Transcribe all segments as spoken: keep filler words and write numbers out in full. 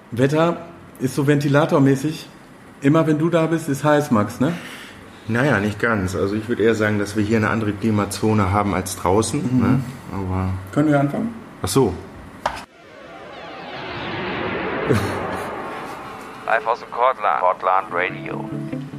Wetter ist so ventilatormäßig. Immer wenn du da bist, ist heiß, Max, ne? Naja, nicht ganz. Also ich würde eher sagen, dass wir hier eine andere Klimazone haben als draußen. Mhm. Ne? Aber können wir anfangen? Ach so. Live aus dem Cortland. Cortland Radio.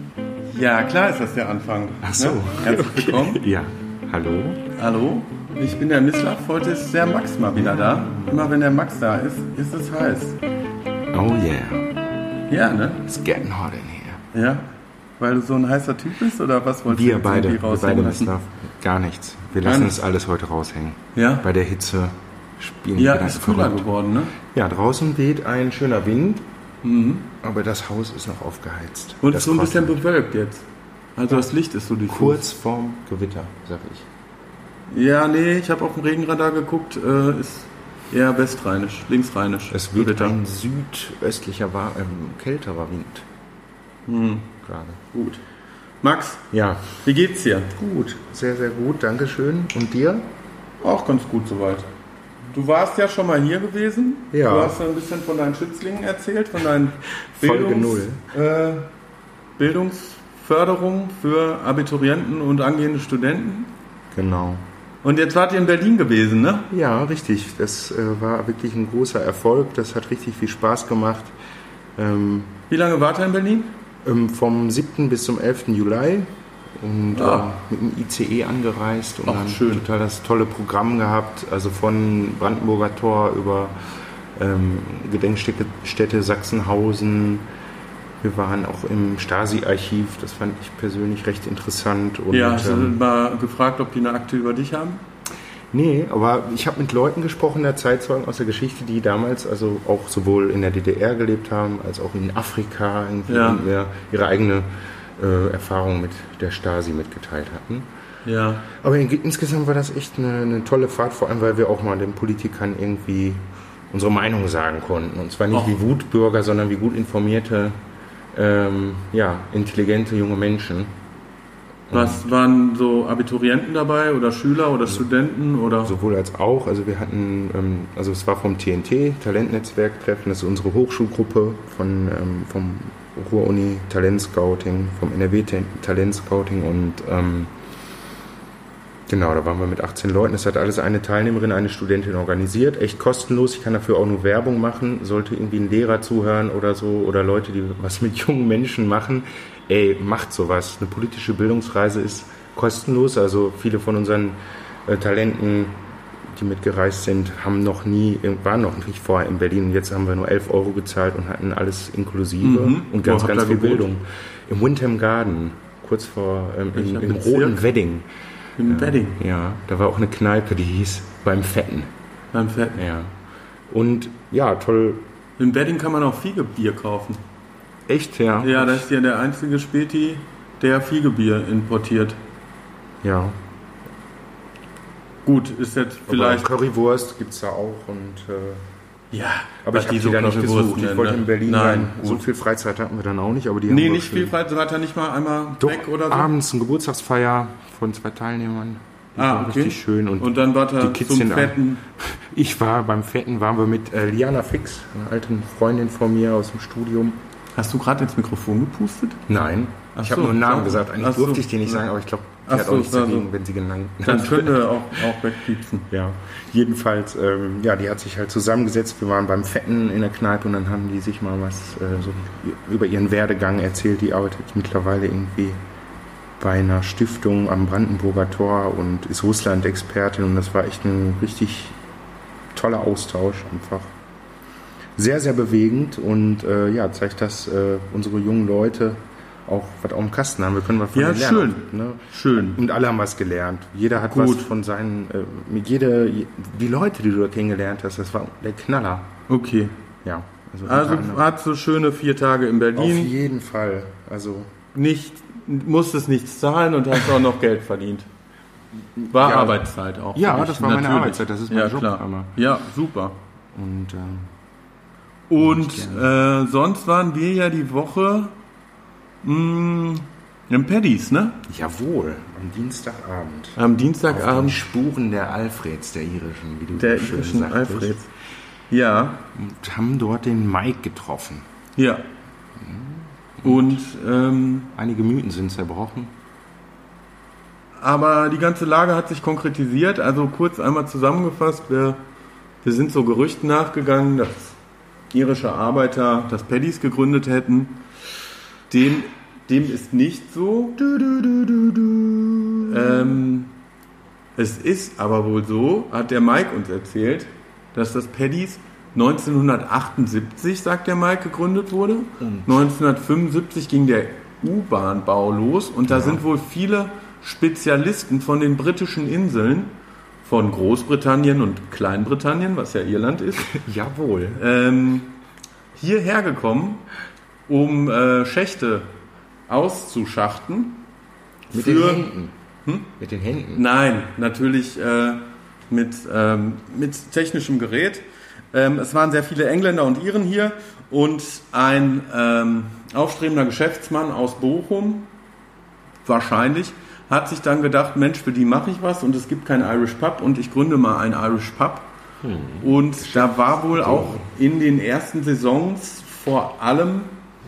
Ja, klar ist das der Anfang. Ach so. Ne? Herzlich okay. willkommen. Ja. Hallo. Hallo. Ich bin der Mislav. Heute ist der Max mal wieder da. Immer wenn der Max da ist, ist es heiß. Oh yeah. Ja, ne? It's getting hot in here. Ja. Weil du so ein heißer Typ bist, oder was wolltest wir du beide, irgendwie wir beide, lassen? Mislav. Gar nichts. Wir Gar lassen nichts. es alles heute raushängen. Ja? Bei der Hitze spielen Ja, wir ist kühler geworden, ne? Ja, draußen weht ein schöner Wind, Mhm. aber das Haus ist noch aufgeheizt. Und das so ein bisschen kostet. bewölkt jetzt. Also das Licht ist so diffus. Kurz vorm Gewitter, sag ich. Ja, nee, ich habe auf dem Regenradar geguckt, äh, ist eher westrheinisch, linksrheinisch. Es weht Gewitter. ein südöstlicher, ähm, kälterer Wind. Hm. Gerade. Gut. Max, Ja, wie geht's dir? gut. Sehr, sehr gut. Dankeschön. Und dir? Auch ganz gut soweit. Du warst ja schon mal hier gewesen. Ja. Du hast ein bisschen von deinen Schützlingen erzählt, von deinen Folge Bildungs, null. äh, Bildungsförderung für Abiturienten und angehende Studenten. Genau. Und jetzt wart ihr in Berlin gewesen, ne? Ja, richtig. Das äh, war wirklich ein großer Erfolg. Das hat richtig viel Spaß gemacht. Ähm, Wie lange wart ihr in Berlin? ähm, vom siebten bis zum elften Juli. Und Ah. äh, mit dem I C E angereist und Ach, dann schön. total das tolle Programm gehabt. Also von Brandenburger Tor über ähm, Gedenkstätte Stätte Sachsenhausen. Wir waren auch im Stasi-Archiv. Das fand ich persönlich recht interessant. Und, ja, hast du ähm, mal gefragt, ob die eine Akte über dich haben? Nee, aber ich habe mit Leuten gesprochen, der Zeitzeugen aus der Geschichte, die damals also auch sowohl in der D D R gelebt haben, als auch in Afrika irgendwie Ja. und ihre, ihre eigene äh, Erfahrung mit der Stasi mitgeteilt hatten. Ja. Aber in, insgesamt war das echt eine, eine tolle Fahrt, vor allem weil wir auch mal den Politikern irgendwie unsere Meinung sagen konnten. Und zwar nicht Och. wie Wutbürger, sondern wie gut informierte, ähm, ja, intelligente junge Menschen. Was waren so Abiturienten dabei oder Schüler oder Studenten oder? Sowohl als auch. Also wir hatten, ähm, also es war vom T N T, Talentnetzwerktreffen, das ist unsere Hochschulgruppe von, ähm, vom Ruhr-Uni Talentscouting, vom N R W Talentscouting und ähm, genau, da waren wir mit achtzehn Leuten. Es hat alles eine Teilnehmerin, eine Studentin organisiert, echt kostenlos. Ich kann dafür auch nur Werbung machen. Sollte irgendwie ein Lehrer zuhören oder so oder Leute, die was mit jungen Menschen machen, ey, macht sowas. Eine politische Bildungsreise ist kostenlos. Also viele von unseren äh, Talenten, die mitgereist sind, haben noch nie, waren noch nicht vorher in Berlin. Und jetzt haben wir nur elf Euro gezahlt und hatten alles inklusive Mhm. und ganz, Wo habt ganz ihr viel gewohnt? Bildung. Im Windham Garden, kurz vor, ähm, im, Welcher im Bezirk? roten Wedding. Im Wedding, Ja, da war auch eine Kneipe, die hieß Beim Fetten. beim Fetten. Ja. Und ja, toll. Im Wedding kann man auch Fiegebier kaufen. Echt, ja. Ja, das ist ja der einzige Späti, der Fiegebier importiert. Ja. Gut, ist jetzt Vielleicht vielleicht... Currywurst gibt es da auch. Und, äh, Ja, aber was ich habe die die so da nicht Currywurst gesucht. Ich nennen, wollte ne? in Berlin Nein, sein. So gut. viel Freizeit hatten wir dann auch nicht. Aber die Nee, haben wir nicht schön- viel Freizeit, hat er nicht mal einmal Doch, weg oder so? abends eine Geburtstagsfeier von zwei Teilnehmern. Die Ah, war okay. Richtig schön. Und, Und dann war er die Kids zum sind Fetten... ich war beim Fetten, waren wir mit äh, Liana Fix, einer alten Freundin von mir aus dem Studium. Hast du gerade ins Mikrofon gepustet? Nein, Ach ich so, habe nur einen Namen ja. gesagt. Eigentlich Ach so. durfte ich die nicht sagen, aber ich glaube, die Ach hat so, auch nichts also- dagegen, wenn sie genannt Dann können wir auch, auch wegpiepsen. Ja, jedenfalls, ähm, ja, die hat sich halt zusammengesetzt. Wir waren beim Fetten in der Kneipe und dann haben die sich mal was äh, so über ihren Werdegang erzählt. Die arbeitet mittlerweile irgendwie bei einer Stiftung am Brandenburger Tor und ist Russland-Expertin und das war echt ein richtig toller Austausch einfach. Sehr, sehr bewegend und äh, ja, zeigt, dass äh, unsere jungen Leute auch was auf dem Kasten haben. Wir können mal von Ja, denen lernen. schön. Ne? Schön. Und alle haben was gelernt. Jeder hat Gut. was von seinen, äh, mit jede, die Leute, die du da kennengelernt hast, das war der Knaller. Okay. Ja. Also, Also unter anderem. hat so schöne vier Tage in auf Berlin. jeden Fall. Also Nicht, musstest nichts zahlen und hast auch noch Geld verdient. War Ja. Arbeitszeit auch. Ja, für dich, das war meine natürlich. Arbeitszeit, das ist mein ja, Job, Klar. aber- Ja, super. und ähm, Und Ich äh, sonst waren wir ja die Woche mh, im Paddy's, ne? jawohl, am Dienstagabend. Am Auf den Dienstagabend Spuren der Alfreds, der irischen, wie du der so schön irischen sagtest. Alfreds. Ja. Und haben dort den Mike getroffen. Ja. Und ähm, einige Mythen sind zerbrochen. Aber die ganze Lage hat sich konkretisiert. Also kurz einmal zusammengefasst, wir, wir sind so Gerüchten nachgegangen, dass irische Arbeiter das Paddy's gegründet hätten. Dem, dem ist nicht so. Du, du, du, du, du. Ähm, es ist aber wohl so, hat der Mike uns erzählt, dass das Paddy's neunzehnhundertachtundsiebzig, sagt der Mike, gegründet wurde. Und neunzehnhundertfünfundsiebzig ging der U-Bahn-Bau los und da ja. sind wohl viele Spezialisten von den britischen Inseln, von Großbritannien und Kleinbritannien, was ja Irland ist, jawohl, ähm, hierher gekommen, um äh, Schächte auszuschachten. Mit für, den Händen? Hm? Mit den Händen? Nein, natürlich äh, mit, ähm, mit technischem Gerät. Ähm, es waren sehr viele Engländer und Iren hier und ein ähm, aufstrebender Geschäftsmann aus Bochum, wahrscheinlich, hat sich dann gedacht, Mensch, für die mache ich was und es gibt kein Irish Pub und ich gründe mal ein Irish Pub. Hm. Und da war wohl auch in den ersten Saisons vor allem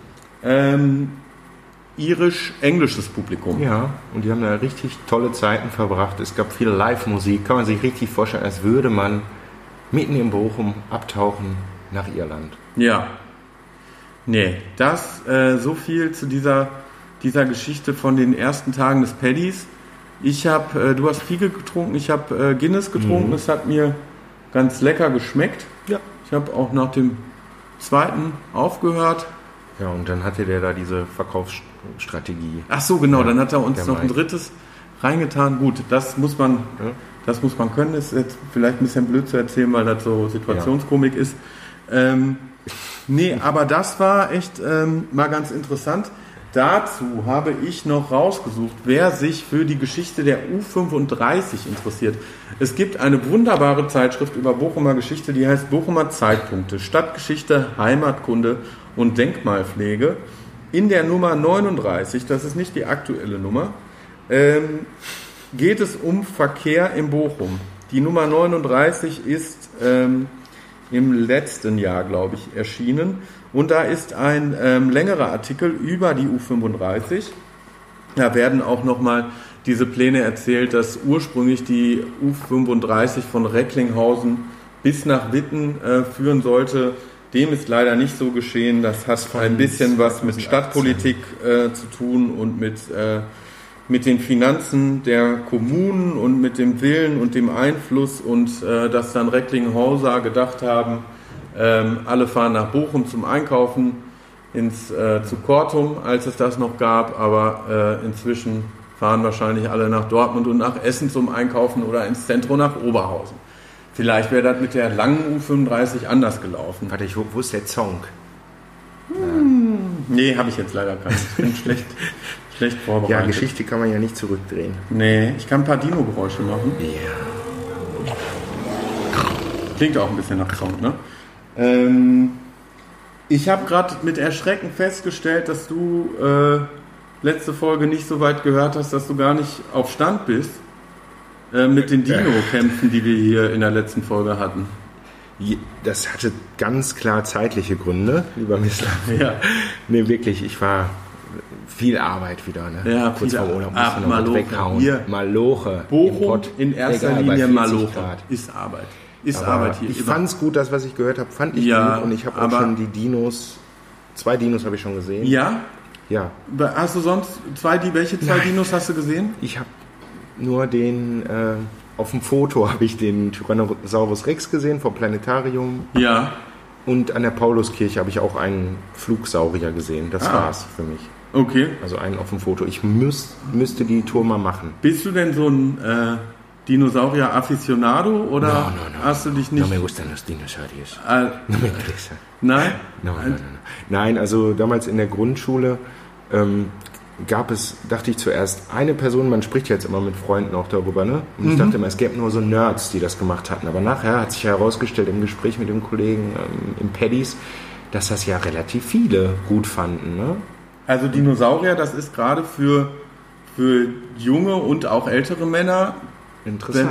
ähm, irisch-englisches Publikum. Ja, und die haben da richtig tolle Zeiten verbracht. Es gab viel Live-Musik, kann man sich richtig vorstellen, als würde man mitten in Bochum abtauchen nach Irland. Ja. Nee, das äh, so viel zu dieser dieser Geschichte von den ersten Tagen des Paddy's. Ich habe, äh, du hast Fiege getrunken, ich habe äh, Guinness getrunken, es mhm. hat mir ganz lecker geschmeckt. Ja. Ich habe auch nach dem zweiten aufgehört. Ja, und dann hatte der da diese Verkaufsstrategie. Ach so, genau, ja, dann hat er uns noch Mike. ein drittes reingetan. Gut, das muss man, ja. das muss man können. Ist jetzt vielleicht ein bisschen blöd zu erzählen, weil das so Situationskomik ja. ist. Ähm, nee, aber das war echt ähm, mal ganz interessant. Dazu habe ich noch rausgesucht, wer sich für die Geschichte der U fünfunddreißig interessiert. Es gibt eine wunderbare Zeitschrift über Bochumer Geschichte, die heißt Bochumer Zeitpunkte, Stadtgeschichte, Heimatkunde und Denkmalpflege. In der Nummer neununddreißig, das ist nicht die aktuelle Nummer, ähm, geht es um Verkehr in Bochum. Die Nummer neununddreißig ist ähm, im letzten Jahr, glaube ich, erschienen. Und da ist ein ähm, längerer Artikel über die U fünfunddreißig. Da werden auch nochmal diese Pläne erzählt, dass ursprünglich die U fünfunddreißig von Recklinghausen bis nach Witten äh, führen sollte. Dem ist leider nicht so geschehen. Das hat ein bisschen was mit Stadtpolitik äh, zu tun und mit, äh, mit den Finanzen der Kommunen und mit dem Willen und dem Einfluss. Und äh, dass dann Recklinghauser gedacht haben, Ähm, alle fahren nach Bochum zum Einkaufen ins, äh, zu Kortum, als es das noch gab, aber äh, inzwischen fahren wahrscheinlich alle nach Dortmund und nach Essen zum Einkaufen oder ins Zentrum nach Oberhausen. Vielleicht wäre das mit der langen U fünfunddreißig anders gelaufen. Warte, ich, wo, wo ist der Song? Hm. Nee, habe ich jetzt leider keinen. Ich bin schlecht, schlecht vorbereitet. Ja, Geschichte kann man ja nicht zurückdrehen. Nee, ich kann ein paar Dino-Geräusche machen. Ja. Klingt auch ein bisschen nach Song, ne? Ähm, ich habe gerade mit Erschrecken festgestellt, dass du äh, letzte Folge nicht so weit gehört hast, dass du gar nicht auf Stand bist äh, mit den Dino-Kämpfen, die wir hier in der letzten Folge hatten. Das hatte ganz klar zeitliche Gründe, lieber Mister. Ja. Nee, wirklich, ich war viel Arbeit wieder. Ne? Ja, kurz vor Urlaub musste ah, noch Maloche. weghauen. Hier. Maloche. Bochum in erster Egal, Linie Maloche. Grad. Ist Arbeit. Ist aber Arbeit hier. Ich fand es gut, das, was ich gehört habe, fand ich ja, gut. Und ich habe auch schon die Dinos, zwei Dinos habe ich schon gesehen. Ja? Ja. Hast du sonst zwei, die, welche zwei Nein. Dinos hast du gesehen? Ich habe nur den, äh, auf dem Foto habe ich den Tyrannosaurus Rex gesehen vom Planetarium. Ja. Und an der Pauluskirche habe ich auch einen Flugsaurier gesehen. Das ah. war's für mich. Okay. Also einen auf dem Foto. Ich müß, müsste die Tour mal machen. Bist du denn so ein äh, Dinosaurier-Aficionado oder no, no, no, hast du dich nicht... No me gustan los dinosaurios. Äh, no me interesa. Nein? No, no, no, no. Nein, also damals in der Grundschule ähm, gab es, dachte ich zuerst, eine Person, man spricht jetzt immer mit Freunden auch darüber, ne? Und mhm. ich dachte immer, es gäbe nur so Nerds, die das gemacht hatten. Aber nachher hat sich herausgestellt im Gespräch mit dem Kollegen ähm, im Paddy's, dass das ja relativ viele gut fanden, ne? Also Dinosaurier, das ist gerade für, für junge und auch ältere Männer interessant.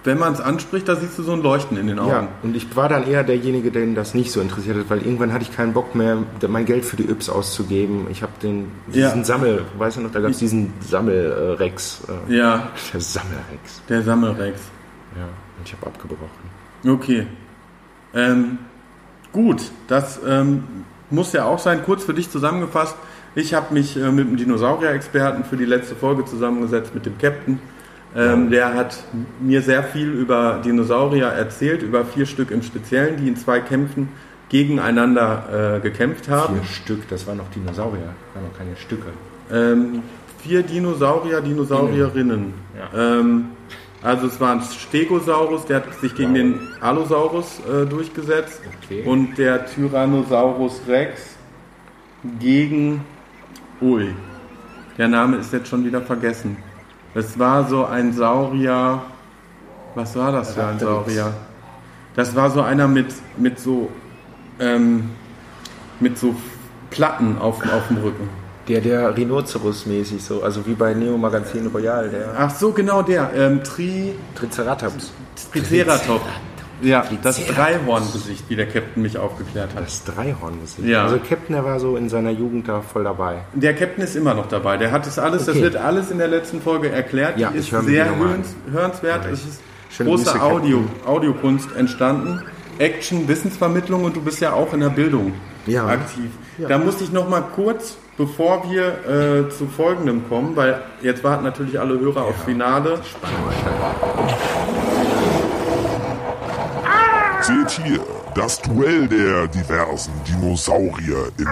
wenn man es anspricht, da siehst du so ein Leuchten in den Augen. Ja, und ich war dann eher derjenige, den das nicht so interessiert hat, weil irgendwann hatte ich keinen Bock mehr, mein Geld für die Yps auszugeben. Ich habe den diesen ja. Sammel, weißt du noch, da gab es diesen Sammelrex. Äh, ja. Der Sammelrex. Der Sammelrex. Ja, und ich habe abgebrochen. Okay. Ähm, gut, das ähm, muss ja auch sein. Kurz für dich zusammengefasst. Ich habe mich äh, mit dem Dinosaurier-Experten für die letzte Folge zusammengesetzt, mit dem Captain. Ähm, der hat mir sehr viel über Dinosaurier erzählt, über vier Stück im Speziellen, die in zwei Kämpfen gegeneinander äh, gekämpft haben. Vier Stück, das waren noch Dinosaurier, das waren noch keine Stücke. Ähm, vier Dinosaurier, Dinosaurierinnen. Ja. Ähm, also es war ein Stegosaurus, der hat sich gegen wow. den Allosaurus äh, durchgesetzt. Okay. Und der Tyrannosaurus Rex gegen... Ui, der Name ist jetzt schon wieder vergessen. Es war so ein Saurier. Was war das für ein Saurier? Das war so einer mit, mit so ähm, mit so Platten auf, auf dem Rücken. Der, der Rhinoceros-mäßig so, also wie bei Neo Magazin Royal. Der Ach so, genau der. Ähm, Tri... Triceratops. Triceratops. Ja, das Dreihorngesicht, wie der Captain mich aufgeklärt hat. Das Dreihorngesicht? Ja. Also Captain, der war so in seiner Jugend da voll dabei. Der Captain ist immer noch dabei. Der hat das alles, okay. Das wird alles in der letzten Folge erklärt. Ja, die ist ich hör sehr hörens, hörenswert. Ja, es ist große Grüße, Audio, Audiokunst entstanden. Action, Wissensvermittlung und du bist ja auch in der Bildung ja. aktiv. Ja. Da musste ich noch mal kurz, bevor wir äh, zu Folgendem kommen, weil jetzt warten natürlich alle Hörer ja. aufs Finale. Seht hier, das Duell der diversen DinosaurierInnen.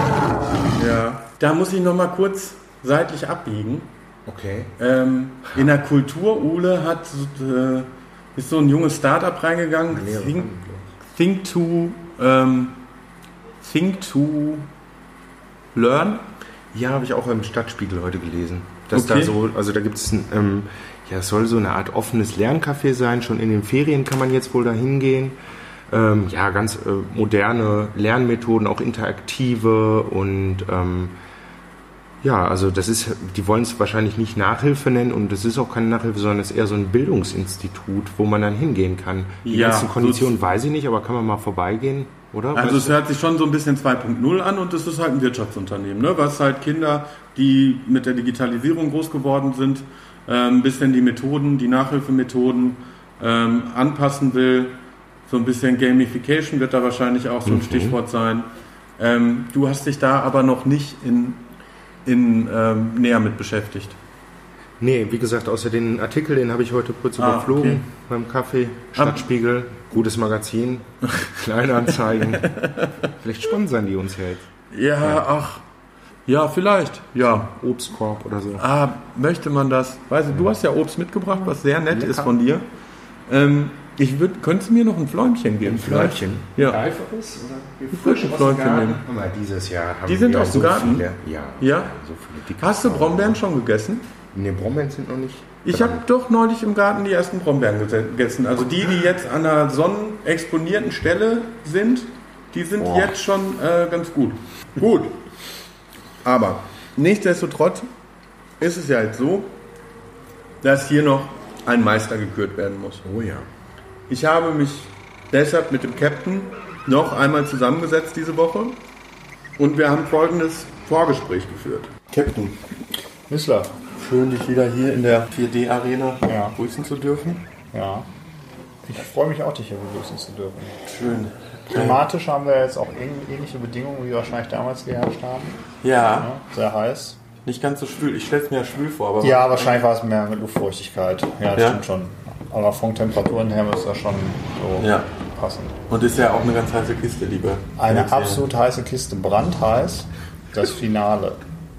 Ja, da muss ich noch mal kurz seitlich abbiegen. Okay. Ähm, in der Kultur-Ule hat, äh, ist so ein junges Startup reingegangen, Think, Think to ähm, Think to Learn. Ja, habe ich auch im Stadtspiegel heute gelesen. Dass okay. da so, also da gibt es ein, ähm, ja, es soll so eine Art offenes Lerncafé sein. Schon in den Ferien kann man jetzt wohl da hingehen. Ähm, ja, ganz äh, moderne Lernmethoden, auch interaktive und ähm, ja, also das ist, die wollen es wahrscheinlich nicht Nachhilfe nennen und das ist auch keine Nachhilfe, sondern es ist eher so ein Bildungsinstitut, wo man dann hingehen kann. Die ja, ganzen Konditionen so weiß ich nicht, aber kann man mal vorbeigehen, oder? Also es hört sich schon so ein bisschen zwei Punkt null an und es ist halt ein Wirtschaftsunternehmen, ne? Was halt Kinder, die mit der Digitalisierung groß geworden sind, ein bisschen die Methoden, die Nachhilfemethoden ähm, anpassen will. So ein bisschen Gamification wird da wahrscheinlich auch so ein mhm. Stichwort sein. Ähm, du hast dich da aber noch nicht in, in, ähm, näher mit beschäftigt. Nee, wie gesagt, außer den Artikel, den habe ich heute kurz ah, überflogen okay. beim Kaffee. Stadtspiegel, gutes Magazin, Kleinanzeigen. Vielleicht sponsern die uns ja jetzt. Ja, ja. ach... Ja, vielleicht. Ja. Obstkorb oder so. Ah, möchte man das? Weißt du, du hast ja Obst mitgebracht, was sehr nett Lecker. ist von dir. Ähm, ich würde, könntest du mir noch ein Fläumchen geben? Ein Fläumchen? Ja. Einfaches? Oder ein frisches Fläumchen nehmen. Mal, dieses Jahr haben Die sind wir aus dem so Garten? Viele. Ja. ja? So viele dicke hast du Brombeeren schon gegessen? Ne, Brombeeren sind noch nicht. Ich habe doch neulich im Garten die ersten Brombeeren gegessen. Also die, die jetzt an einer sonnenexponierten Stelle sind, die sind Boah. jetzt schon äh, ganz gut. Gut. Aber nichtsdestotrotz ist es ja jetzt so, dass hier noch ein Meister gekürt werden muss. Oh ja. Ich habe mich deshalb mit dem Captain noch einmal zusammengesetzt diese Woche und wir haben folgendes Vorgespräch geführt. Captain. Missler, schön dich wieder hier in der vier D Arena ja. begrüßen zu dürfen. Ja. Ich freue mich auch, dich hier begrüßen zu dürfen. Schön. Klimatisch haben wir jetzt auch ähnliche Bedingungen, wie wahrscheinlich damals geherrscht haben. Ja. ja. Sehr heiß. Nicht ganz so schwül. Ich stelle es mir ja schwül vor. Aber ja, wahrscheinlich war es mehr mit Luftfeuchtigkeit. Ja, das ja? stimmt schon. Aber von Temperaturen her müsste das schon so ja. passen. Und ist ja auch eine ganz heiße Kiste, liebe. Eine Erzählen. absolut heiße Kiste. Brandheiß. Das Finale.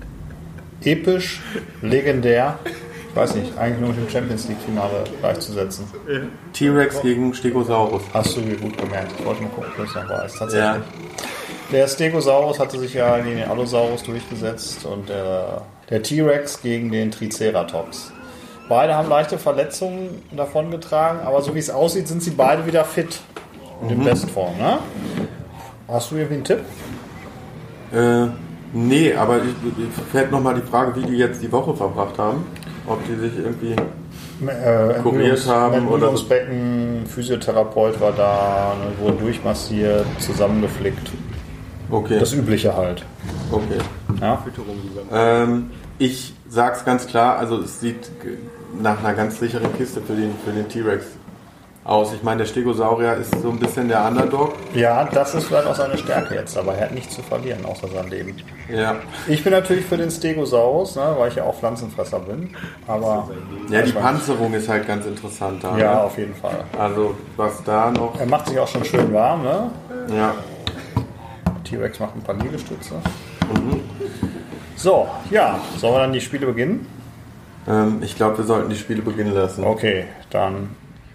Episch, legendär. Ich weiß nicht, eigentlich nur mit dem Champions League-Finale gleichzusetzen. Ja. T-Rex gegen Stegosaurus. Hast du gut gemerkt. Ich wollte mal gucken, ob du es noch weißt. Tatsächlich. Ja. Der Stegosaurus hatte sich ja gegen den Allosaurus durchgesetzt und der, der T-Rex gegen den Triceratops. Beide haben leichte Verletzungen davongetragen, aber so wie es aussieht, sind sie beide wieder fit und in mhm. Bestform. Ne? Hast du irgendwie einen Tipp? Äh, nee, aber ich, ich fällt nochmal die Frage, wie die jetzt die Woche verbracht haben. Ob die sich irgendwie äh, kuriert haben oder so. Becken, Physiotherapeut war da, ne, wurden durchmassiert, zusammengeflickt. Okay. Das Übliche halt. Okay. Ja? Ähm, ich sag's ganz klar, also es sieht nach einer ganz sicheren Kiste für den, für den T-Rex aus. Ich meine, der Stegosaurier ist so ein bisschen der Underdog. Ja, das ist vielleicht auch seine Stärke jetzt, aber er hat nichts zu verlieren, außer sein Leben. Ja. Ich bin natürlich für den Stegosaurus, ne, weil ich ja auch Pflanzenfresser bin. Aber ja, die Panzerung ist halt ganz interessant da. Ja, ne? auf jeden Fall. Also, was da noch... Er macht sich auch schon schön warm, ne? Ja. T-Rex macht ein paar Liegestütze. Mhm. So, ja, sollen wir dann die Spiele beginnen? Ähm, ich glaube, wir sollten die Spiele beginnen lassen. Okay, dann...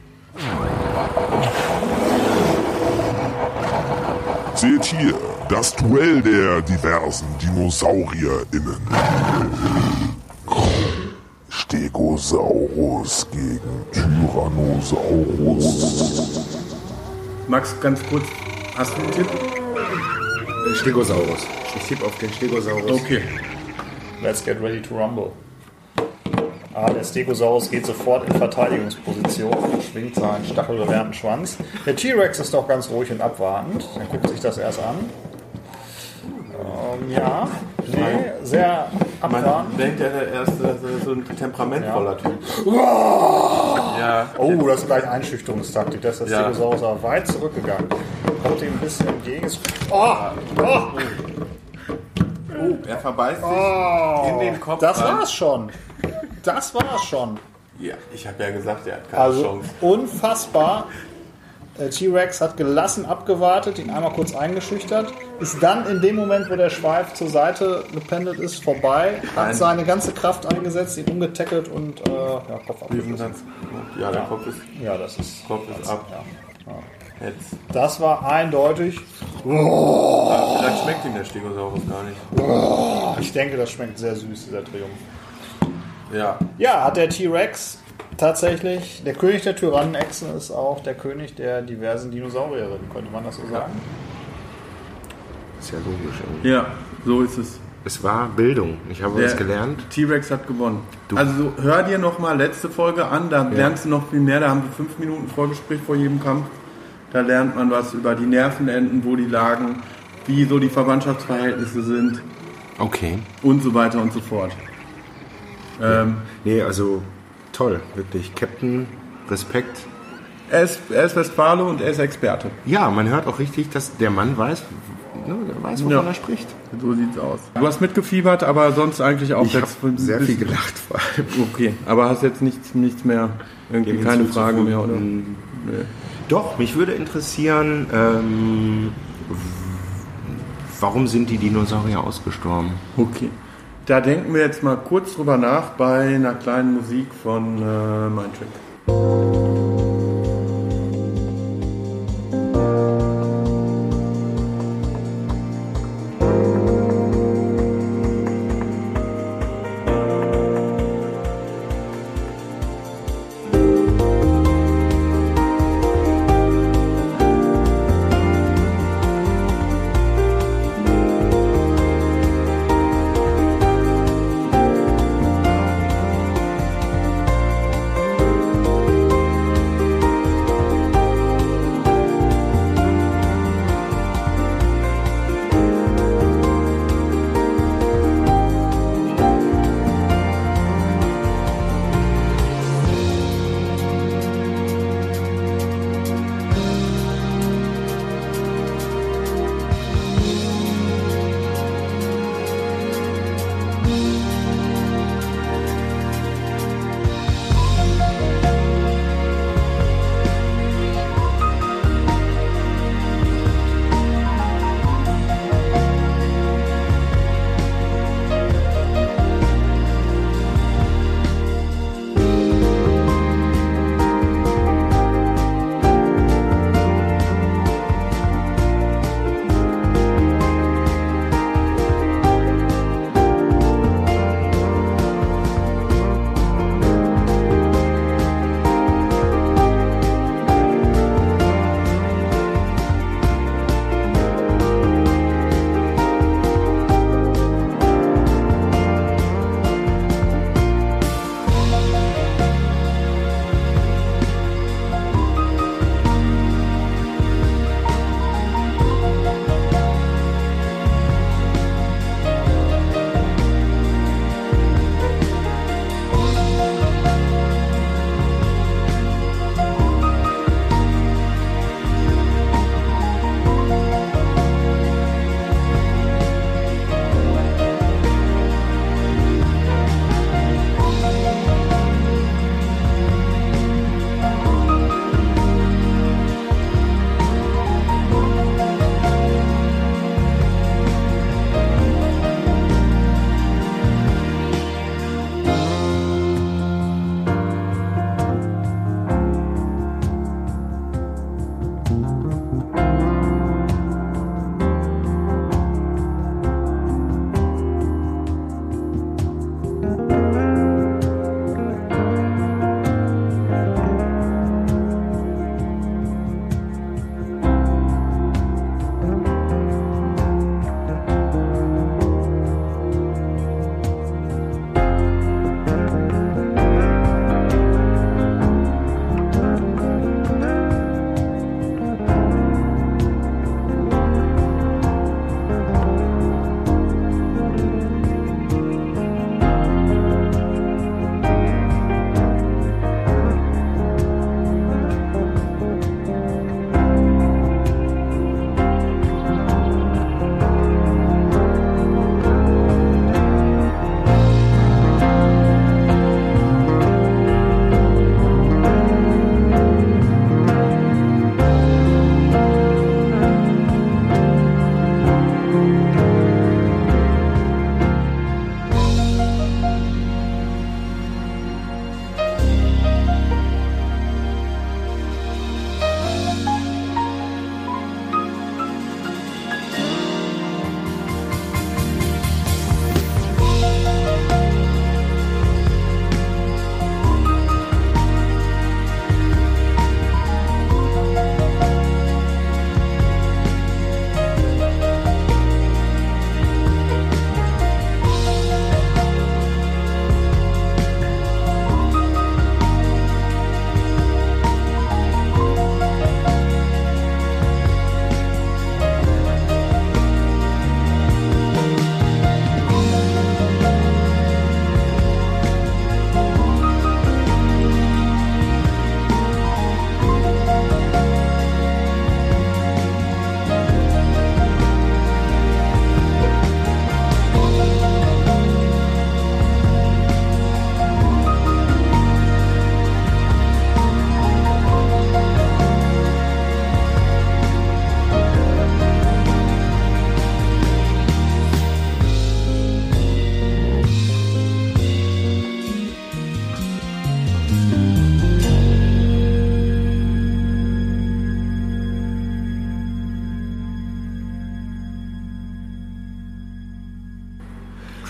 Seht hier, das Duell der diversen DinosaurierInnen. Stegosaurus gegen Tyrannosaurus. Max, ganz kurz, hast du einen Tipp? Stegosaurus. Ich tippe auf den Stegosaurus. Okay. Let's get ready to rumble. Ah, der Stegosaurus geht sofort in Verteidigungsposition und schwingt seinen stachelbewehrten Schwanz. Der T-Rex ist doch ganz ruhig und abwartend. Er guckt sich das erst an. Ähm, ja, nee, sehr Man abwartend. denkt ja, der erste so ein temperamentvoller Typ. Ja. Oh, das ist gleich Einschüchterungstaktik. Da ist der Ja. Stegosaurus aber weit zurückgegangen. Kommt ihm ein bisschen entgegen. Oh, oh, Oh, er verbeißt sich oh. in den Kopf. Das rein. war's schon. Das war's schon. Ja, ich habe ja gesagt, er hat keine Also Chance. unfassbar. Der T-Rex hat gelassen abgewartet, ihn einmal kurz eingeschüchtert, ist dann in dem Moment, wo der Schweif zur Seite gependelt ist, vorbei, hat Nein. seine ganze Kraft eingesetzt, ihn umgetackelt und äh, ja, Kopf abgeschlossen. Ja, der Ja. Kopf ist, Ja, das ist, Kopf ist ab. ja. Jetzt. Das war eindeutig. Ja, vielleicht schmeckt ihm der Stegosaurus gar nicht. Ich denke, das schmeckt sehr süß, dieser Triumph. Ja. Ja, hat der T-Rex tatsächlich, der König der Tyrannenechsen ist auch der König der diversen Dinosaurierinnen, könnte man das so sagen? Ist ja logisch. Irgendwie. Ja, so ist es. Es war Bildung. Ich habe Der was gelernt. T-Rex hat gewonnen. Du. Also so, hör dir nochmal letzte Folge an, da lernst du noch viel mehr. Da haben wir fünf Minuten Vorgespräch vor jedem Kampf. Da lernt man was über die Nervenenden, wo die lagen, wie so die Verwandtschaftsverhältnisse sind Okay. und so weiter und so fort. Ähm, Nee, also toll, wirklich. Captain, Respekt. er, ist, er ist Westfale und er ist Experte. Ja, man hört auch richtig, dass der Mann weiß, ne, der weiß, wovon Ja. er spricht. So sieht's aus. Du hast mitgefiebert, aber sonst eigentlich auch Ich habe jetzt sehr viel gelacht vor allem. Okay, aber hast jetzt nichts, nichts mehr, irgendwie keine Fragen mehr, oder? Nee. Nee. Doch, mich würde interessieren, ähm, w- warum sind die Dinosaurier ausgestorben? Okay. Da denken wir jetzt mal kurz drüber nach bei einer kleinen Musik von äh, Mindtrick.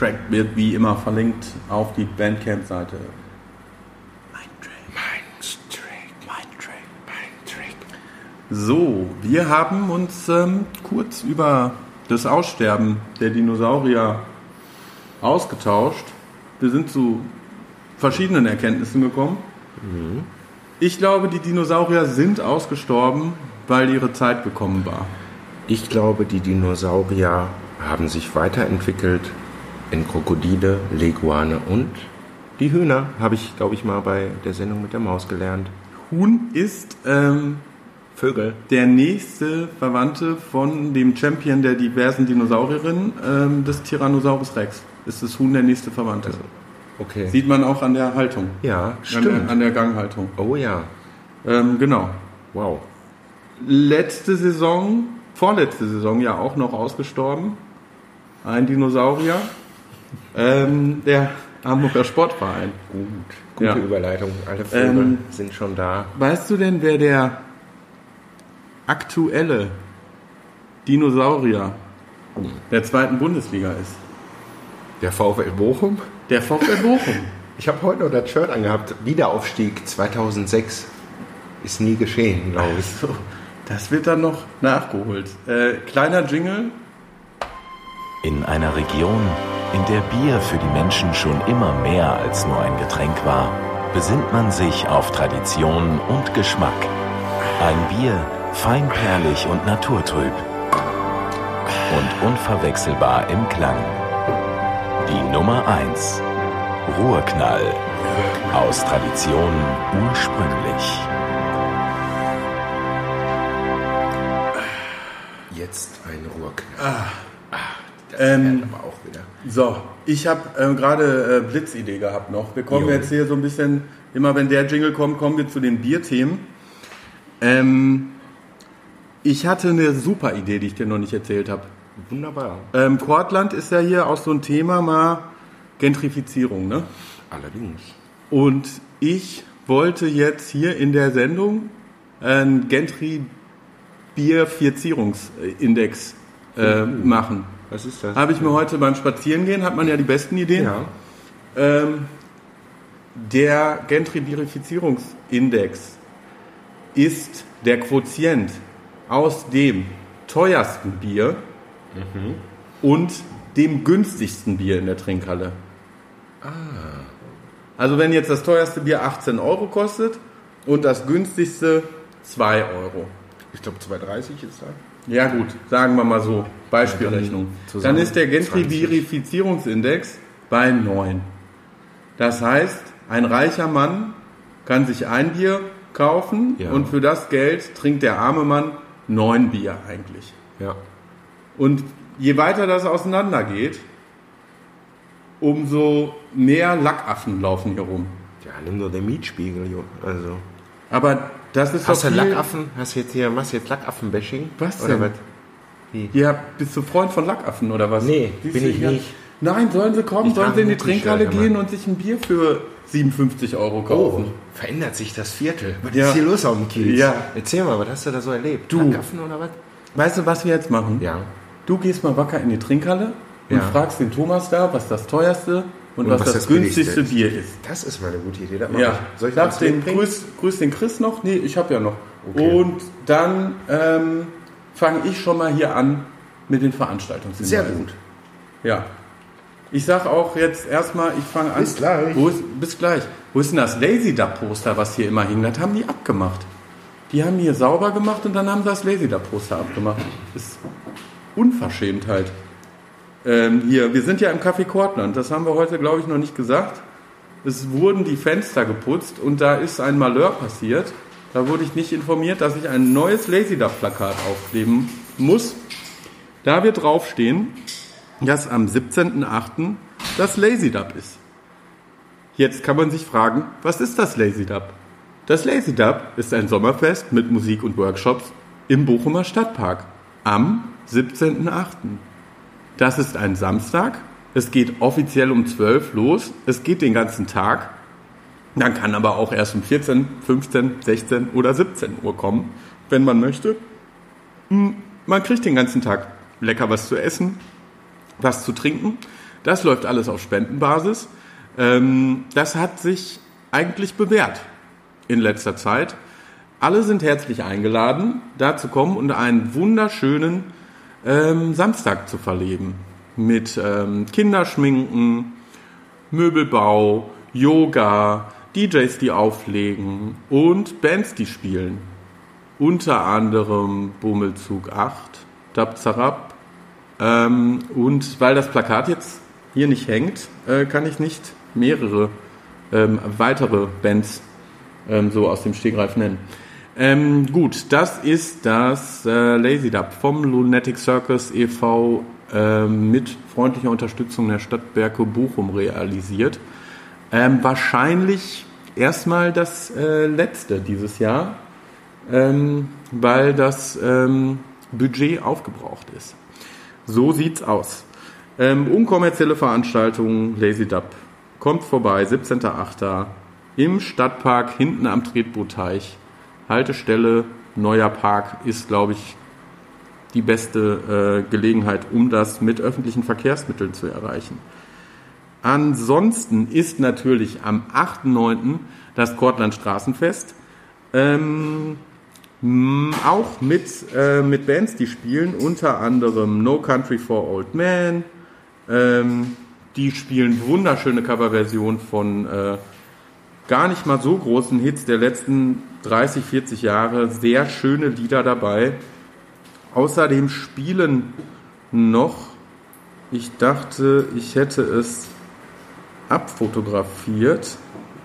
Track wird wie immer verlinkt auf die Bandcamp-Seite. Mein Track. Mein Track. Mein Track. Mein Track. So, wir haben uns ähm, kurz über das Aussterben der Dinosaurier ausgetauscht. Wir sind zu verschiedenen Erkenntnissen gekommen. Mhm. Ich glaube, die Dinosaurier sind ausgestorben, weil ihre Zeit gekommen war. Ich glaube, die Dinosaurier haben sich weiterentwickelt in Krokodile, Leguane und die Hühner, habe ich, glaube ich, mal bei der Sendung mit der Maus gelernt. Huhn ist ähm, Vögel. Der nächste Verwandte von dem Champion der diversen Dinosaurierinnen, ähm, des Tyrannosaurus Rex. Ist das Huhn der nächste Verwandte. Also, okay. Sieht man auch an der Haltung. Ja, an stimmt. Der, an der Ganghaltung. Oh ja. Ähm, genau. Wow. Letzte Saison, vorletzte Saison ja auch noch ausgestorben. Ein Dinosaurier. ähm, der Hamburger Sportverein. Gut. Gute ja. Überleitung. Alle Vögel ähm, sind schon da. Weißt du denn, wer der aktuelle Dinosaurier der zweiten Bundesliga ist? Der VfL Bochum? Der VfL Bochum. Ich habe heute noch das Shirt angehabt. Wiederaufstieg zweitausendsechs. Ist nie geschehen, glaube ich. So, das wird dann noch nachgeholt. Äh, kleiner Jingle. In einer Region, in der Bier für die Menschen schon immer mehr als nur ein Getränk war, besinnt man sich auf Tradition und Geschmack. Ein Bier, feinperlig und naturtrüb und unverwechselbar im Klang. Die Nummer eins. Ruhrknall. Aus Tradition ursprünglich. Jetzt ein Ruhrknall. Ah. Ah, das ähm, aber auch wieder. So, ich habe äh, gerade äh, Blitzidee gehabt noch. Wir kommen jo. jetzt hier so ein bisschen, immer wenn der Jingle kommt, kommen wir zu den Bierthemen. Ähm, ich hatte eine super Idee, die ich dir noch nicht erzählt habe. Wunderbar. Ähm, Kortland ist ja hier auch so ein Thema mal Gentrifizierung, ne? Allerdings. Und ich wollte jetzt hier in der Sendung einen Gentry-Bierfizierungsindex äh, mhm. machen. Was ist das? Habe ich mir heute beim Spazierengehen, hat man ja die besten Ideen. Ja. Ähm, der Gentrifizierungsindex ist der Quotient aus dem teuersten Bier mhm. und dem günstigsten Bier in der Trinkhalle. Ah. Also wenn jetzt das teuerste Bier achtzehn Euro kostet und das günstigste zwei Euro. Ich glaube zwei dreißig ist da. Ja gut, sagen wir mal so, Beispielrechnung. Ja, dann ist der Gentrifizierungsindex bei neun. Das heißt, ein reicher Mann kann sich ein Bier kaufen ja. und für das Geld trinkt der arme Mann neun Bier eigentlich. Ja. Und je weiter das auseinander geht, umso mehr Lackaffen laufen hier rum. Ja, nimm nur den Mietspiegel, also. Aber das ist hast doch du viel... Lackaffen? Hast du jetzt hier, machst du jetzt Lackaffen-Bashing? Was oder denn? Was? Wie? Ja, bist du Freund von Lackaffen oder was? Nee, Siehst bin du ich hier? nicht. Nein, sollen sie kommen, Ich sollen sie in die trage ein Trinkhalle T-Shirt, gehen und sich ein Bier für siebenundfünfzig Euro kaufen. Oh, verändert sich das Viertel. Was Ja. ist hier los auf dem Kiez? Ja. Erzähl mal, was hast du da so erlebt? Du. Lackaffen oder was? Weißt du, was wir jetzt machen? Ja. Du gehst mal wacker in die Trinkhalle und Ja. fragst den Thomas da, was das teuerste und, Und was, was das, das günstigste billigste Bier ist. Das ist mal eine gute Idee. Das mach Ja, ich. Soll ich Sag das den, mitbringen? grüß, grüß den Chris noch. Nee, ich habe ja noch. Okay. Und dann ähm, fange ich schon mal hier an mit den Veranstaltungshinweisen. Sehr gut. Ja. Ich sag auch jetzt erstmal, ich fange an. Bis gleich. Wo ist, bis gleich. Wo ist denn das Lazy Dub Poster, was hier immer hing? Das haben die abgemacht. Die haben hier sauber gemacht und dann haben sie das Lazy Dub Poster abgemacht. Das ist Unverschämtheit. Ähm, hier, wir sind ja im Café Kortland. Das haben wir heute, glaube ich, noch nicht gesagt. Es wurden die Fenster geputzt und da ist ein Malheur passiert. Da wurde ich nicht informiert, dass ich ein neues Lazy Dub Plakat aufkleben muss. Da wird draufstehen, dass am siebzehnten achten das Lazy Dub ist. Jetzt kann man sich fragen, was ist das Lazy Dub? Das Lazy Dub ist ein Sommerfest mit Musik und Workshops im Bochumer Stadtpark am siebzehnten achten Das ist ein Samstag. Es geht offiziell um zwölf los. Es geht den ganzen Tag. Man kann aber auch erst um vierzehn, fünfzehn, sechzehn oder siebzehn Uhr kommen, wenn man möchte. Man kriegt den ganzen Tag lecker was zu essen, was zu trinken. Das läuft alles auf Spendenbasis. Ähm, das hat sich eigentlich bewährt in letzter Zeit. Alle sind herzlich eingeladen, da zu kommen und einen wunderschönen ähm, Samstag zu verleben. Mit ähm, Kinderschminken, Möbelbau, Yoga, D Js, die auflegen und Bands, die spielen. Unter anderem Bummelzug acht, Dab Zarab. Ähm, und weil das Plakat jetzt hier nicht hängt, äh, kann ich nicht mehrere ähm, weitere Bands ähm, so aus dem Stegreif nennen. Ähm, gut, das ist das äh, Lazy Dub vom Lunatic Circus e V äh, mit freundlicher Unterstützung der Stadtwerke Bochum realisiert. Ähm, wahrscheinlich erstmal das äh, letzte dieses Jahr, ähm, weil das ähm, Budget aufgebraucht ist. So sieht's aus. Ähm, unkommerzielle Veranstaltungen, Lazy Dub. Kommt vorbei, siebzehnter achter im Stadtpark, hinten am Tretbootteich. Haltestelle Neuer Park ist, glaube ich, die beste äh, Gelegenheit, um das mit öffentlichen Verkehrsmitteln zu erreichen. Ansonsten ist natürlich am achten neunten das Cortland Straßenfest. Ähm, auch mit, äh, mit Bands, die spielen, unter anderem No Country for Old Men. Ähm, die spielen wunderschöne Coverversionen von äh, gar nicht mal so großen Hits der letzten dreißig, vierzig Jahre. Sehr schöne Lieder dabei. Außerdem spielen noch, ich dachte, ich hätte es abfotografiert.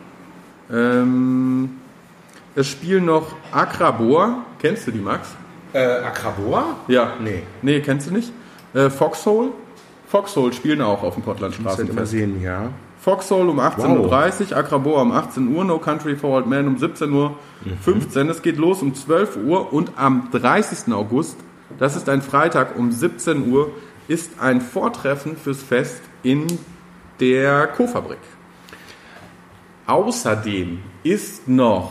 Ähm, es spielen noch Akrabor. Kennst du die, Max? Äh, Akrabor? Ja. Nee. Nee, kennst du nicht? Äh, Foxhole? Foxhole spielen auch auf dem Portland Ich muss halt immer Straßenfest. sehen, ja. Foxhole um achtzehn Uhr dreißig, Wow. Akrabor um achtzehn Uhr, No Country for Old Men um siebzehn Uhr fünfzehn. Es geht los um zwölf Uhr und am dreißigsten August, das ist ein Freitag um siebzehn Uhr, ist ein Vortreffen fürs Fest in der Co-Fabrik. Außerdem ist noch,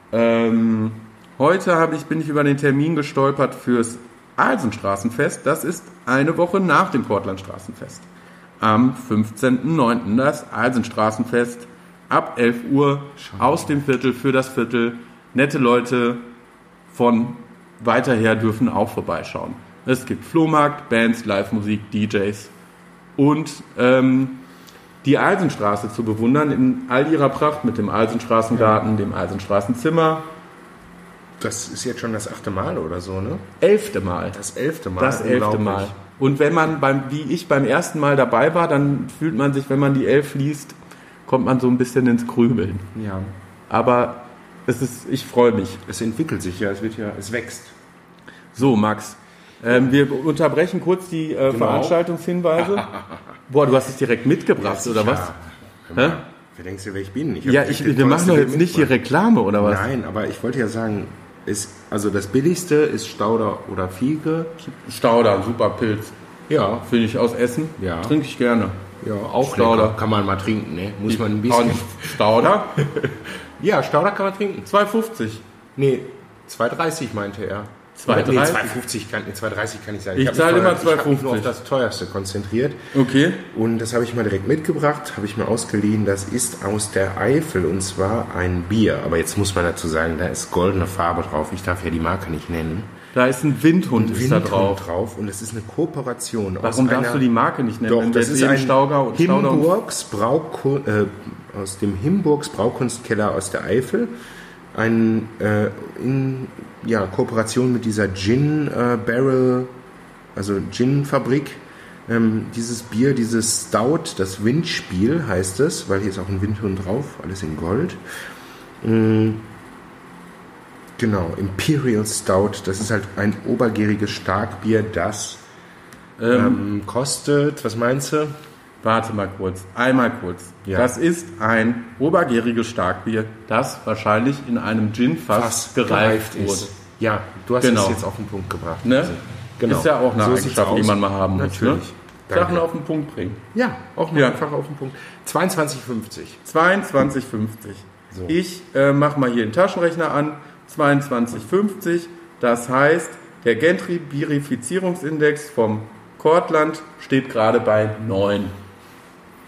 ähm, heute habe ich, bin ich über den Termin gestolpert fürs Alsenstraßenfest. Das ist eine Woche nach dem Portland Straßenfest. Am fünfzehnten neunten das Alsenstraßenfest ab elf Uhr aus dem Viertel für das Viertel. Nette Leute von weiter her dürfen auch vorbeischauen. Es gibt Flohmarkt, Bands, Live-Musik, D Js und ähm, die Alsenstraße zu bewundern in all ihrer Pracht mit dem Alsenstraßengarten, dem Alsenstraßenzimmer. Das ist jetzt schon das achte Mal oder so, ne? Elfte Mal. Das elfte Mal. Das elfte Mal. Und wenn man, beim, wie ich beim ersten Mal dabei war, dann fühlt man sich, wenn man die Elf liest, kommt man so ein bisschen ins Grübeln. Ja. Aber es ist, ich freue mich. Es entwickelt sich ja, es wird ja, es wächst. So, Max, ähm, wir unterbrechen kurz die äh, Genau. Veranstaltungshinweise. Boah, du hast es direkt mitgebracht, Ja, oder was? Hä? Hä? Wer denkst du, wer ich bin? Ich hab Ja, direkt ich, das wir machen teuerste doch jetzt Bier nicht hier mitgebracht. Reklame, oder was? Nein, aber ich wollte ja sagen, ist, also das billigste ist Stauder oder Fiege. Stauder, super Pilz. Ja. Finde ich aus Essen. Ja. Trinke ich gerne. Ja, auch Stauder. lecker. Kann man mal trinken, ne? Muss man ein bisschen. Stauder? Ja, Stauder kann man trinken. zwei fünfzig. Nee, zwei dreißig meinte er. zwei Nee, dreißig? zwei fünfzig kann, nee, zwei dreißig kann ich sagen. Ich hab zahle mich immer vorher- Ich habe mich zwei nur auf fünfzig. das teuerste konzentriert. Okay. Und das habe ich mal direkt mitgebracht, habe ich mir ausgeliehen. Das ist aus der Eifel und zwar ein Bier. Aber jetzt muss man dazu sagen, da ist goldene Farbe drauf. Ich darf ja die Marke nicht nennen. Da ist ein Windhund, ist da Windhund drauf. drauf. Und es ist eine Kooperation. Warum aus darfst einer, du die Marke nicht nennen? Doch, wenn das wir ist jetzt ein eben Stauder und Stauder und Himburgs Brauku äh, aus dem Himburgs Braukunstkeller aus der Eifel. Ein, äh, in ja, Kooperation mit dieser Gin äh, Barrel, also Gin-Fabrik. Ähm, dieses Bier, dieses Stout, das Windspiel heißt es, weil hier ist auch ein Windhund drauf, alles in Gold. Ähm, genau, Imperial Stout, das ist halt ein obergäriges Starkbier, das ähm, kostet, was meinst du? Warte mal kurz, einmal kurz. Ja. Das ist ein obergäriges Starkbier, das wahrscheinlich in einem Gin-Fass gereift wurde. Ja, du hast Genau. es jetzt auf den Punkt gebracht. Ne? Also, genau. Ist ja auch eine So sieht's Eigenschaft, die aus. man mal haben muss. Ne? Natürlich. Danke. Sachen auf den Punkt bringen. Ja, auch mal Ja. einfach auf den Punkt. zweiundzwanzig fünfzig. zweiundzwanzig fünfzig. So. Ich äh, mache mal hier den Taschenrechner an. zweiundzwanzig fünfzig. Das heißt, der Gentrifizierungsindex vom Cortland steht gerade bei neun.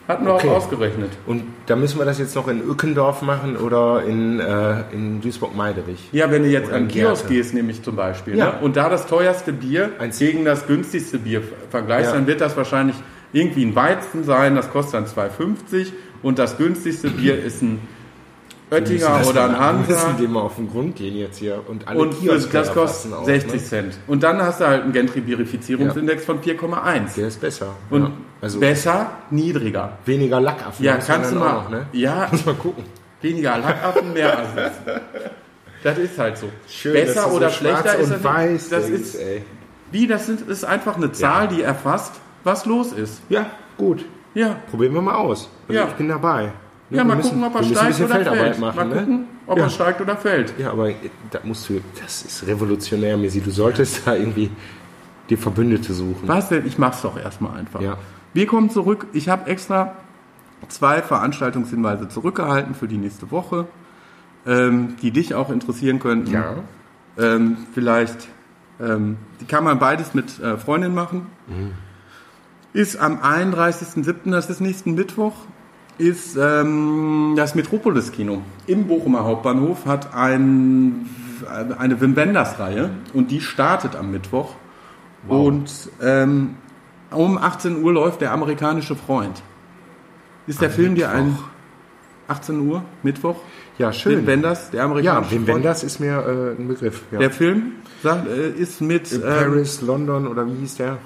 Hatten wir Okay. auch ausgerechnet. Und da müssen wir das jetzt noch in Ückendorf machen oder in, äh, in Duisburg-Meiderich? Ja, wenn du jetzt Oder an in den Kiosk Gerte. gehst, nämlich zum Beispiel, Ja. ne? Und da das teuerste Bier Eins. gegen das günstigste Bier vergleichst, Ja. dann wird das wahrscheinlich irgendwie ein Weizen sein, das kostet dann zwei fünfzig und das günstigste Bier ist ein Oettinger oder ein Wir müssen Hansa dem mal auf den Grund gehen jetzt hier und alle und Kioske das erfassen kostet auch, sechzig ne? Cent. Und dann hast du halt einen Gentrifizierungsindex von vier Komma eins. Der ist besser. Und ja. Also besser, niedriger. weniger Lackaffen. Ja, muss man kannst du dann mal, auch, ne? ja, Muss mal gucken. weniger Lackaffen, mehr Assis. Das ist halt so. Schön, dass Besser du so oder schwarz schlechter ist und das weiß nicht. Das denkst, ist, ey. wie, das sind, ist einfach eine Zahl, die erfasst, was los ist. Ja, gut. Ja, Probieren wir mal aus. Also Ja. ich bin dabei. Ne, ja wir mal müssen- gucken, ob er wir müssen ein steigt bisschen oder Feldarbeit fällt. machen, Mal ne? gucken, ob Ja. er steigt oder fällt. Ja, aber da musst du, das ist revolutionär, Messi. Du solltest da irgendwie die Verbündete suchen. Was denn? Ich mach's doch erstmal einfach. Ja. Wir kommen zurück. Ich habe extra zwei Veranstaltungshinweise zurückgehalten für die nächste Woche, ähm, die dich auch interessieren könnten. Ja. Ähm, vielleicht, ähm, die kann man beides mit äh, Freundin machen. Mhm. Ist am einunddreißigsten siebten, das ist nächsten Mittwoch, ist ähm, das Metropolis-Kino im Bochumer Hauptbahnhof, hat ein, eine Wim Wenders-Reihe und die startet am Mittwoch. Wow. Und ähm, um achtzehn Uhr läuft Der amerikanische Freund. Ist der Am Film dir ein... Mittwoch. achtzehn Uhr, Mittwoch? Ja, schön. Wim Wenders, Der Ja, amerikanische Wim Freund. Wenders ist mir äh, ein Begriff. Ja. Der Film sagt, äh, ist mit... In ähm, Paris, London oder wie hieß der?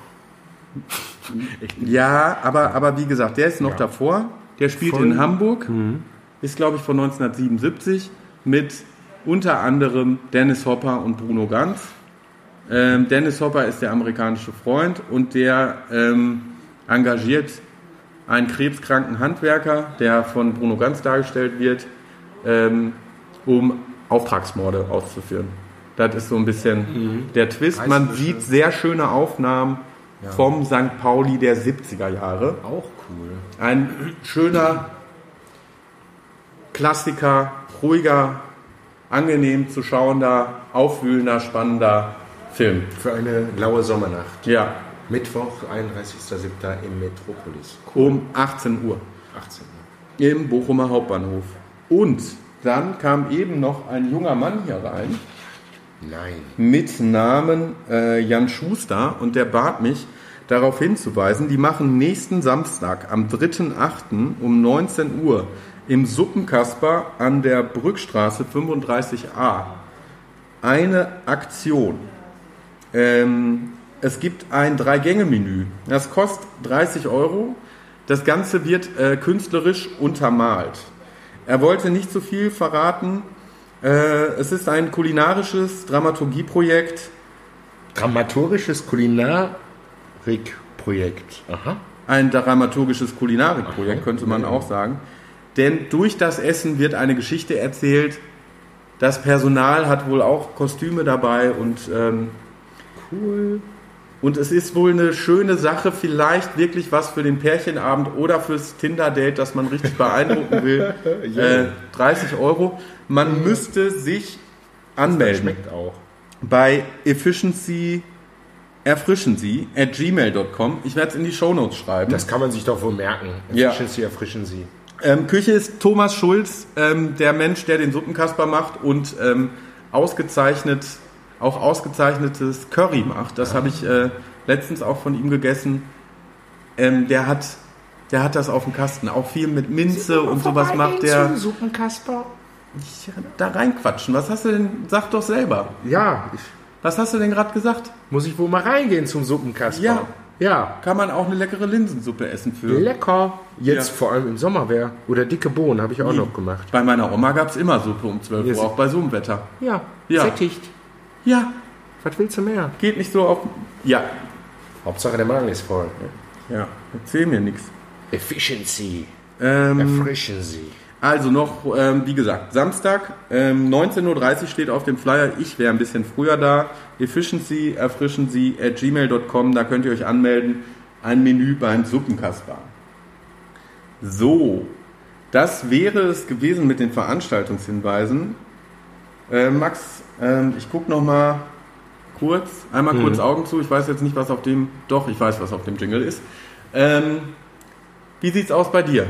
Ja, aber, aber wie gesagt, der ist noch Ja. davor. Der spielt Voll. in Hamburg. Ist, glaube ich, von neunzehnhundertsiebenundsiebzig mit unter anderem Dennis Hopper und Bruno Ganz. Ähm, Dennis Hopper ist der amerikanische Freund und der ähm, engagiert einen krebskranken Handwerker, der von Bruno Ganz dargestellt wird, ähm, um Auftragsmorde auszuführen. Das ist so ein bisschen der Twist. Man Reißerische. sieht sehr schöne Aufnahmen vom Sankt Pauli der siebziger Jahre. Auch cool. Ein schöner Klassiker, ruhiger, angenehm zu schauender, aufwühlender, spannender Film. Für eine laue Sommernacht. Ja, Mittwoch, einunddreißigster siebter im Metropolis. um achtzehn Uhr achtzehn Uhr. im Bochumer Hauptbahnhof. Und dann kam eben noch ein junger Mann hier rein Nein. mit Namen äh, Jan Schuster und der bat mich, darauf hinzuweisen, die machen nächsten Samstag am dritten achten um neunzehn Uhr im Suppenkasper an der Brückstraße fünfunddreißig a eine Aktion. Ähm, es gibt ein Drei-Gänge-Menü. Das kostet dreißig Euro. Das Ganze wird äh, künstlerisch untermalt. Er wollte nicht so viel verraten. Äh, es ist ein kulinarisches Dramaturgieprojekt. Dramaturgisches Kulinarik-Projekt. Aha. Ein dramaturgisches Kulinarikprojekt, Aha. könnte man Ja. auch sagen. Denn durch das Essen wird eine Geschichte erzählt. Das Personal hat wohl auch Kostüme dabei und ähm, Cool. Und es ist wohl eine schöne Sache, vielleicht wirklich was für den Pärchenabend oder fürs Tinder-Date, das man richtig beeindrucken will. äh, dreißig Euro. Man müsste sich anmelden Schmeckt auch. bei efficiency erfrischen Sie at gmail dot com. Ich werde es in die Shownotes schreiben. Das kann man sich doch wohl merken. Ja. Erfrischen Sie, erfrischen Sie. Ähm, Küche ist Thomas Schulz, ähm, der Mensch, der den Suppenkasper macht und ähm, ausgezeichnet, auch ausgezeichnetes Curry macht. Das habe ich äh, letztens auch von ihm gegessen. Ähm, der hat, der hat das auf dem Kasten. Auch viel mit Minze und sowas macht der. Suppenkasper? Ja, da reinquatschen. Was hast du denn? Sag doch selber. Ja, ich, Was hast du denn gerade gesagt? muss ich wohl mal reingehen zum Suppenkasper? Ja. Ja. Kann man auch eine leckere Linsensuppe essen für? Lecker. Jetzt Ja. vor allem im Sommer wäre. Oder dicke Bohnen habe ich auch noch gemacht. Bei meiner Oma gab es immer Suppe um zwölf Yes. Uhr, auch bei so einem Wetter. Ja. Ja. Sättigt. Ja, Was willst du mehr? geht nicht so auf. Ja, Hauptsache der Magen ist voll. ja, erzähl mir nichts. Efficiency. Ähm, Erfrischen Sie. also noch, ähm, wie gesagt, Samstag, ähm, neunzehn Uhr dreißig steht auf dem Flyer. Ich wäre ein bisschen früher da. Efficiency, erfrischen Sie at gmail dot com. Da könnt ihr euch anmelden. Ein Menü beim Suppenkasper. So, das wäre es gewesen mit den Veranstaltungshinweisen. Äh, Max, ähm, ich gucke noch mal kurz, einmal kurz Augen zu. Ich weiß jetzt nicht, was auf dem, doch, ich weiß, was auf dem Jingle ist. Ähm, Wie sieht's aus bei dir?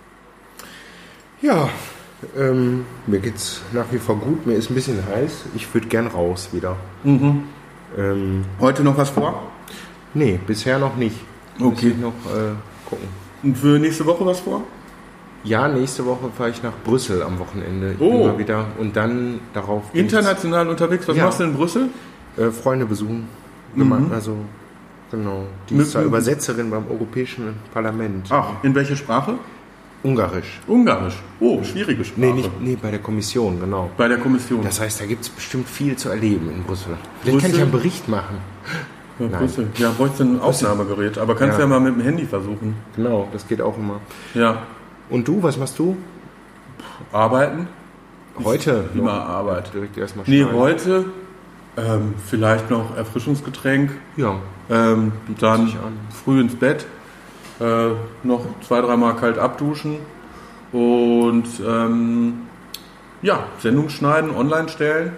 Ja, ähm, mir geht's nach wie vor gut. Mir ist ein bisschen heiß. Ich würde gern raus wieder. Mhm. Ähm, Heute noch was vor? nee, bisher noch nicht. Okay. Muss ich noch äh, gucken. Und für nächste Woche was vor? Ja, nächste Woche fahre ich nach Brüssel am Wochenende. Ich Oh. bin mal wieder. Und dann darauf geht's, International unterwegs. Was Ja. machst du in Brüssel? äh, Freunde besuchen. Mhm. Also, genau. Die Mit- ist zwar Übersetzerin beim Europäischen Parlament. Ach, in welche Sprache? Ungarisch. Ungarisch. Oh, schwierige Sprache. Nee, nicht, nee, bei der Kommission, genau. Bei der Kommission. Das heißt, da gibt es bestimmt viel zu erleben in Brüssel. Vielleicht Brüssel? kann ich einen Bericht machen. ja, nein. Brüssel. Ja, bräuchst du ein Aufnahmegerät. Aber kannst ja. Ja. ja mal mit dem Handy versuchen. Genau, das geht auch immer. Ja. Und du, was machst du? Arbeiten? Heute? Immer noch? Arbeit. Direkt erstmal Nee, schneiden. heute ähm, vielleicht noch Erfrischungsgetränk. Ja. Ähm, dann sich an. früh ins Bett. Äh, noch zwei, dreimal kalt abduschen. Und ähm, ja, Sendung schneiden, online stellen.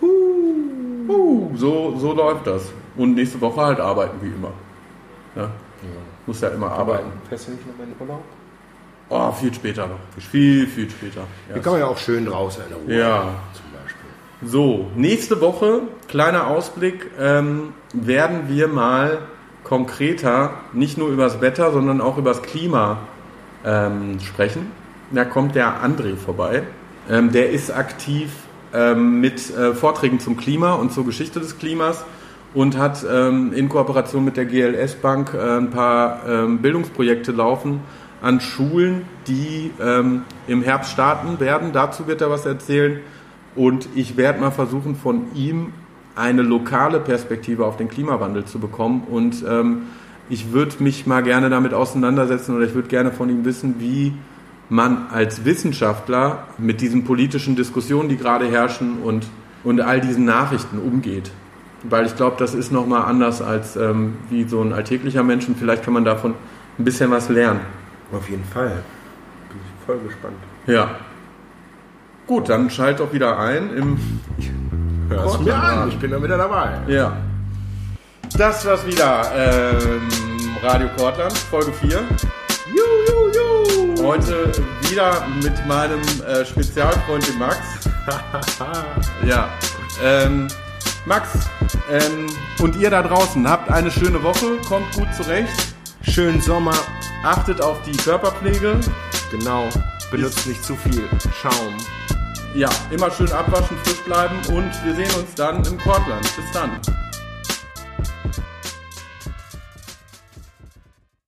Uh, uh, so, so läuft das. Und nächste Woche halt arbeiten wie immer. Ja. Muss ja immer arbeiten. Fährst du nicht noch in den Urlaub? Oh, viel später noch. Viel, viel später. Ja. Hier kann man ja auch schön draußen in der Ruhe. Ja. Zum Beispiel. So, nächste Woche, kleiner Ausblick, ähm, werden wir mal konkreter nicht nur über das Wetter, sondern auch über das Klima ähm, sprechen. Da kommt der André vorbei. Ähm, der ist aktiv ähm, mit äh, Vorträgen zum Klima und zur Geschichte des Klimas und hat ähm, in Kooperation mit der G L S Bank äh, ein paar ähm, Bildungsprojekte laufen an Schulen, die ähm, im Herbst starten werden. Dazu wird er was erzählen. Und ich werde mal versuchen, von ihm eine lokale Perspektive auf den Klimawandel zu bekommen. Und ähm, ich würde mich mal gerne damit auseinandersetzen oder ich würde gerne von ihm wissen, wie man als Wissenschaftler mit diesen politischen Diskussionen, die gerade herrschen und, und all diesen Nachrichten umgeht. Weil ich glaube, das ist nochmal anders als ähm, wie so ein alltäglicher Mensch und vielleicht kann man davon ein bisschen was lernen. Auf jeden Fall. Bin ich voll gespannt. Ja. Gut, dann schalt doch wieder ein im Hör's mir an, ich bin da wieder dabei. Ja. Das war's wieder. Ähm, Radio Kortland, Folge vier. Juhu, juhu. Heute wieder mit meinem äh, Spezialfreund, dem Max. Ja. Ähm, Max, ähm, und ihr da draußen, habt eine schöne Woche, kommt gut zurecht, Schönen Sommer. achtet auf die Körperpflege. Genau. Benutzt nicht zu viel Schaum. Ja, immer schön abwaschen, frisch bleiben und wir sehen uns dann im Kortland. Bis dann.